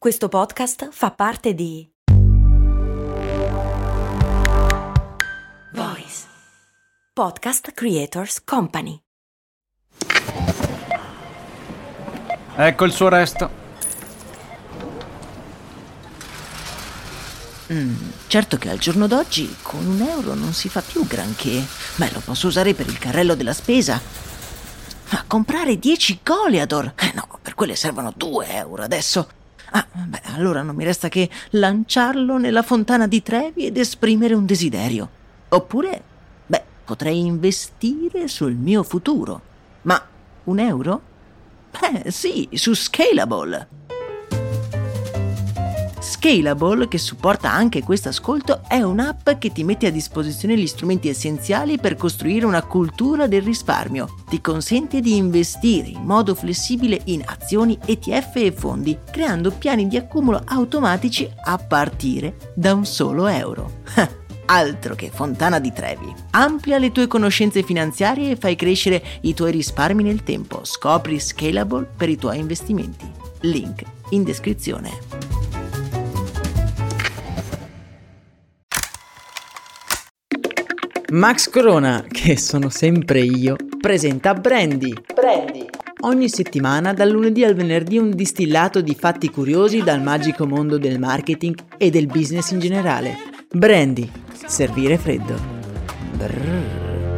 Questo podcast fa parte di Voice Podcast Creators Company. Ecco il suo resto. Certo che al giorno d'oggi con €1 non si fa più granché. Lo posso usare per il carrello della spesa. Ma comprare 10 Goliador? No, per quelle servono €2 adesso. Allora non mi resta che lanciarlo nella fontana di Trevi ed esprimere un desiderio. Oppure, potrei investire sul mio futuro. Ma €1? Sì, su Scalable. Scalable, che supporta anche questo ascolto, è un'app che ti mette a disposizione gli strumenti essenziali per costruire una cultura del risparmio. Ti consente di investire in modo flessibile in azioni, ETF e fondi, creando piani di accumulo automatici a partire da un solo euro. Altro che fontana di Trevi. Amplia le tue conoscenze finanziarie e fai crescere i tuoi risparmi nel tempo. Scopri Scalable per i tuoi investimenti. Link in descrizione. Max Corona, che sono sempre io, presenta Brandy. Ogni settimana, dal lunedì al venerdì, un distillato di fatti curiosi dal magico mondo del marketing e del business in generale. Brandy, servire freddo. Brrr.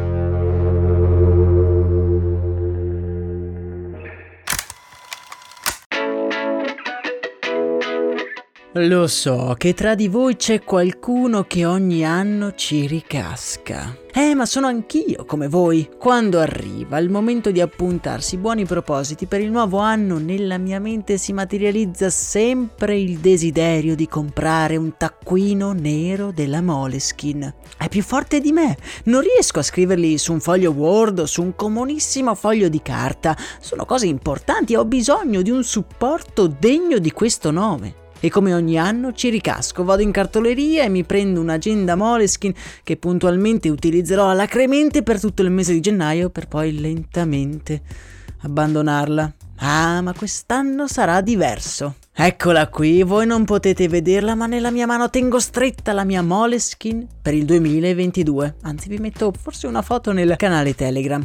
Lo so che tra di voi c'è qualcuno che ogni anno ci ricasca. Ma sono anch'io come voi. Quando arriva il momento di appuntarsi buoni propositi per il nuovo anno, nella mia mente si materializza sempre il desiderio di comprare un taccuino nero della Moleskine. È più forte di me. Non riesco a scriverli su un foglio Word o su un comunissimo foglio di carta. Sono cose importanti e ho bisogno di un supporto degno di questo nome. E come ogni anno ci ricasco, vado in cartoleria e mi prendo un'agenda Moleskine che puntualmente utilizzerò alacremente per tutto il mese di gennaio per poi lentamente abbandonarla. Ma quest'anno sarà diverso. Eccola qui, voi non potete vederla, ma nella mia mano tengo stretta la mia Moleskine per il 2022. Anzi, vi metto forse una foto nel canale Telegram.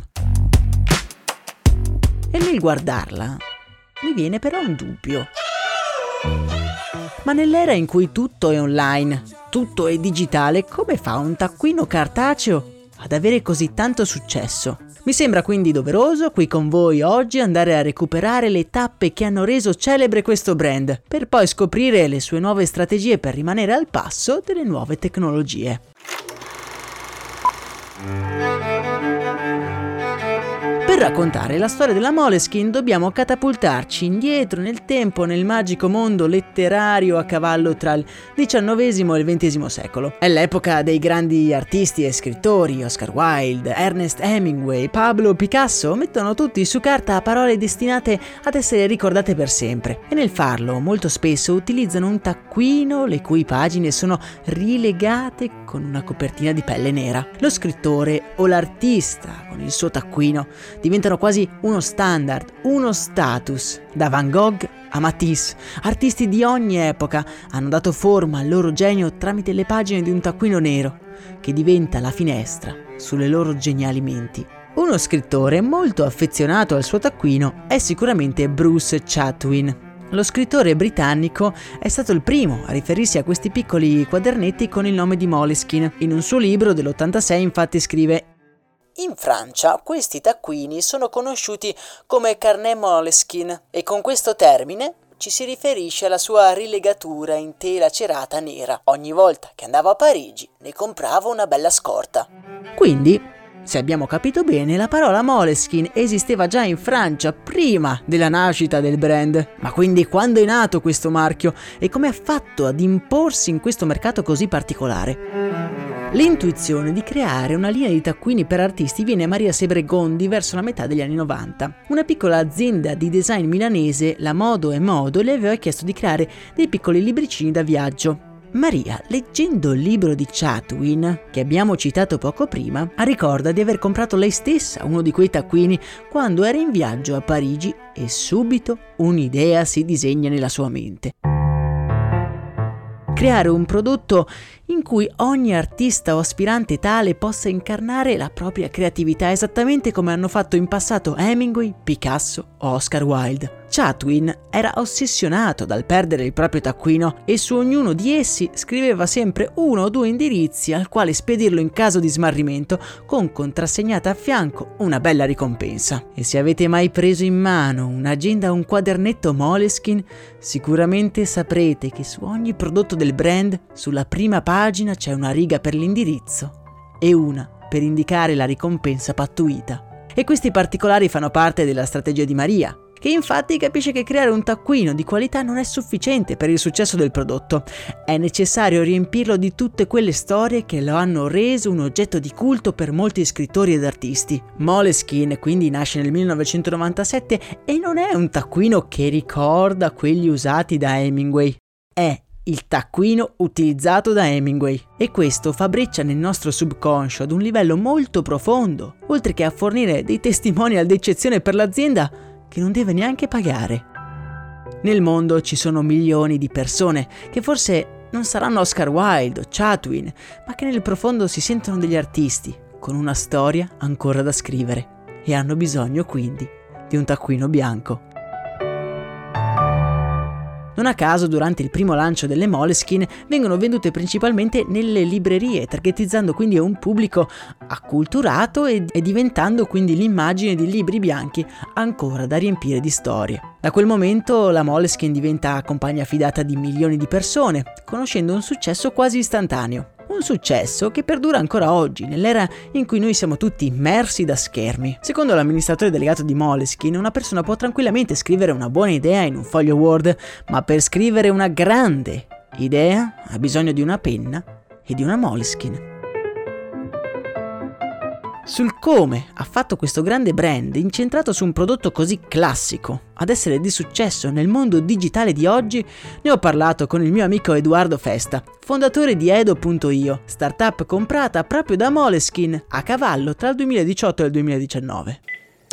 E nel guardarla mi viene però un dubbio. Ma nell'era in cui tutto è online, tutto è digitale, come fa un taccuino cartaceo ad avere così tanto successo? Mi sembra quindi doveroso qui con voi oggi andare a recuperare le tappe che hanno reso celebre questo brand, per poi scoprire le sue nuove strategie per rimanere al passo delle nuove tecnologie. Per raccontare la storia della Moleskine dobbiamo catapultarci indietro nel tempo nel magico mondo letterario a cavallo tra il XIX e il XX secolo. È l'epoca dei grandi artisti e scrittori, Oscar Wilde, Ernest Hemingway, Pablo Picasso mettono tutti su carta parole destinate ad essere ricordate per sempre e nel farlo molto spesso utilizzano un taccuino le cui pagine sono rilegate con una copertina di pelle nera. Lo scrittore o l'artista con il suo taccuino diventano quasi uno standard, uno status. Da Van Gogh a Matisse, artisti di ogni epoca hanno dato forma al loro genio tramite le pagine di un taccuino nero, che diventa la finestra sulle loro geniali menti. Uno scrittore molto affezionato al suo taccuino è sicuramente Bruce Chatwin. Lo scrittore britannico è stato il primo a riferirsi a questi piccoli quadernetti con il nome di Moleskine. In un suo libro dell'86 infatti scrive: in Francia questi taccuini sono conosciuti come carnet Moleskine e con questo termine ci si riferisce alla sua rilegatura in tela cerata nera. Ogni volta che andavo a Parigi ne compravo una bella scorta. Quindi, se abbiamo capito bene, la parola Moleskine esisteva già in Francia prima della nascita del brand. Ma quindi quando è nato questo marchio e come ha fatto ad imporsi in questo mercato così particolare? L'intuizione di creare una linea di taccuini per artisti viene a Maria Sebregondi verso la metà degli anni 90. Una piccola azienda di design milanese, la Modo e Modo, le aveva chiesto di creare dei piccoli libricini da viaggio. Maria, leggendo il libro di Chatwin, che abbiamo citato poco prima, ricorda di aver comprato lei stessa uno di quei taccuini quando era in viaggio a Parigi e subito un'idea si disegna nella sua mente. creare un prodotto in cui ogni artista o aspirante tale possa incarnare la propria creatività, esattamente come hanno fatto in passato Hemingway, Picasso o Oscar Wilde. Chatwin era ossessionato dal perdere il proprio taccuino e su ognuno di essi scriveva sempre 1 o 2 indirizzi al quale spedirlo in caso di smarrimento, con contrassegnata a fianco una bella ricompensa. E se avete mai preso in mano un'agenda o un quadernetto Moleskine, sicuramente saprete che su ogni prodotto del brand, sulla prima pagina c'è una riga per l'indirizzo e una per indicare la ricompensa pattuita. E questi particolari fanno parte della strategia di Maria, che infatti capisce che creare un taccuino di qualità non è sufficiente per il successo del prodotto. È necessario riempirlo di tutte quelle storie che lo hanno reso un oggetto di culto per molti scrittori ed artisti. Moleskine quindi nasce nel 1997 e non è un taccuino che ricorda quelli usati da Hemingway. È il taccuino utilizzato da Hemingway, e questo fa breccia nel nostro subconscio ad un livello molto profondo, oltre che a fornire dei testimonial d'eccezione per l'azienda che non deve neanche pagare. Nel mondo ci sono milioni di persone che forse non saranno Oscar Wilde o Chatwin, ma che nel profondo si sentono degli artisti con una storia ancora da scrivere e hanno bisogno quindi di un taccuino bianco. Non a caso, durante il primo lancio delle Moleskine vengono vendute principalmente nelle librerie, targetizzando quindi un pubblico acculturato e diventando quindi l'immagine di libri bianchi ancora da riempire di storie. Da quel momento la Moleskine diventa compagna fidata di milioni di persone, conoscendo un successo quasi istantaneo. Un successo che perdura ancora oggi, nell'era in cui noi siamo tutti immersi da schermi. Secondo l'amministratore delegato di Moleskine, una persona può tranquillamente scrivere una buona idea in un foglio Word, ma per scrivere una grande idea ha bisogno di una penna e di una Moleskine. Sul come ha fatto questo grande brand incentrato su un prodotto così classico ad essere di successo nel mondo digitale di oggi, ne ho parlato con il mio amico Edoardo Festa, fondatore di Edo.io, startup comprata proprio da Moleskine a cavallo tra il 2018 e il 2019.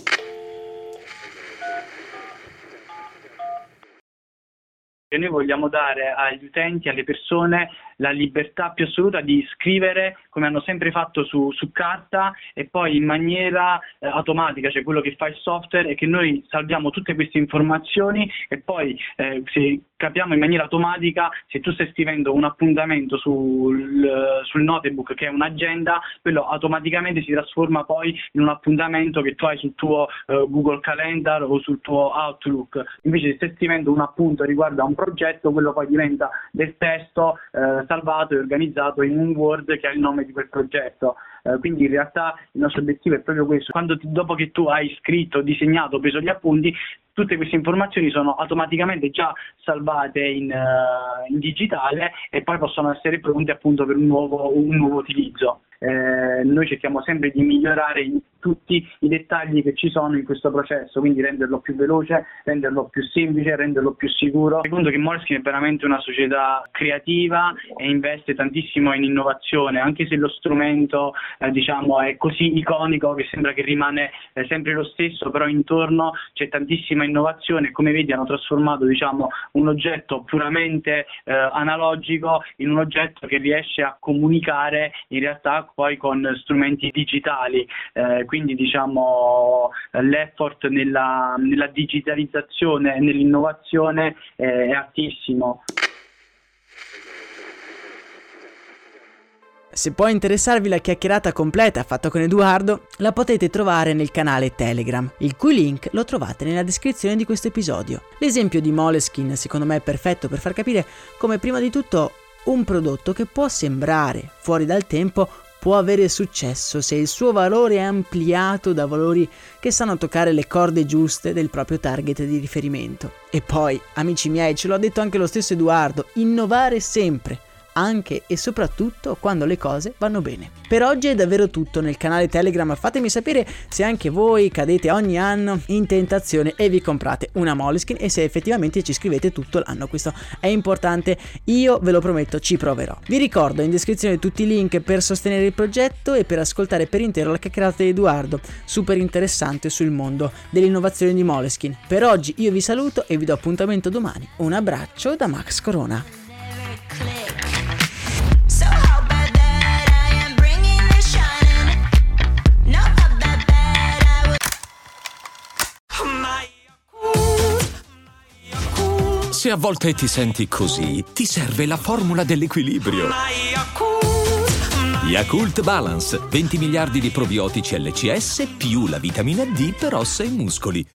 E noi vogliamo dare agli utenti, alle persone, la libertà più assoluta di scrivere come hanno sempre fatto su carta e poi in maniera automatica, cioè quello che fa il software è che noi salviamo tutte queste informazioni e poi se capiamo in maniera automatica se tu stai scrivendo un appuntamento sul notebook che è un'agenda, quello automaticamente si trasforma poi in un appuntamento che tu hai sul tuo Google Calendar o sul tuo Outlook. Invece se stai scrivendo un appunto riguardo a un progetto, quello poi diventa del testo salvato e organizzato in un Word che ha il nome di quel progetto. Quindi in realtà il nostro obiettivo è proprio questo: dopo che tu hai scritto, disegnato, preso gli appunti, tutte queste informazioni sono automaticamente già salvate in digitale e poi possono essere pronte appunto per un nuovo utilizzo. Noi cerchiamo sempre di migliorare in tutti i dettagli che ci sono in questo processo, quindi renderlo più veloce, renderlo più semplice, renderlo più sicuro. Secondo che Moleskine è veramente una società creativa e investe tantissimo in innovazione, anche se lo strumento è così iconico che sembra che rimane sempre lo stesso, però intorno c'è tantissima innovazione. Come vedi hanno trasformato un oggetto puramente analogico in un oggetto che riesce a comunicare in realtà poi con strumenti digitali, quindi l'effort nella digitalizzazione e nell'innovazione è altissimo. Se può interessarvi la chiacchierata completa fatta con Edoardo, la potete trovare nel canale Telegram, il cui link lo trovate nella descrizione di questo episodio. L'esempio di Moleskine secondo me è perfetto per far capire come prima di tutto un prodotto che può sembrare fuori dal tempo può avere successo se il suo valore è ampliato da valori che sanno toccare le corde giuste del proprio target di riferimento. E poi, amici miei, ce l'ha detto anche lo stesso Edoardo, innovare sempre, anche e soprattutto quando le cose vanno bene. Per oggi è davvero tutto nel canale Telegram. Fatemi sapere se anche voi cadete ogni anno in tentazione e vi comprate una Moleskine e se effettivamente ci scrivete tutto l'anno. Questo è importante, io ve lo prometto, ci proverò. Vi ricordo in descrizione tutti i link per sostenere il progetto e per ascoltare per intero la chiacchierata di Edoardo, super interessante sul mondo dell'innovazione di Moleskine. Per oggi io vi saluto e vi do appuntamento domani. Un abbraccio da Max Corona. Se a volte ti senti così, ti serve la formula dell'equilibrio. Yakult Balance, 20 miliardi di probiotici LCS più la vitamina D per ossa e muscoli.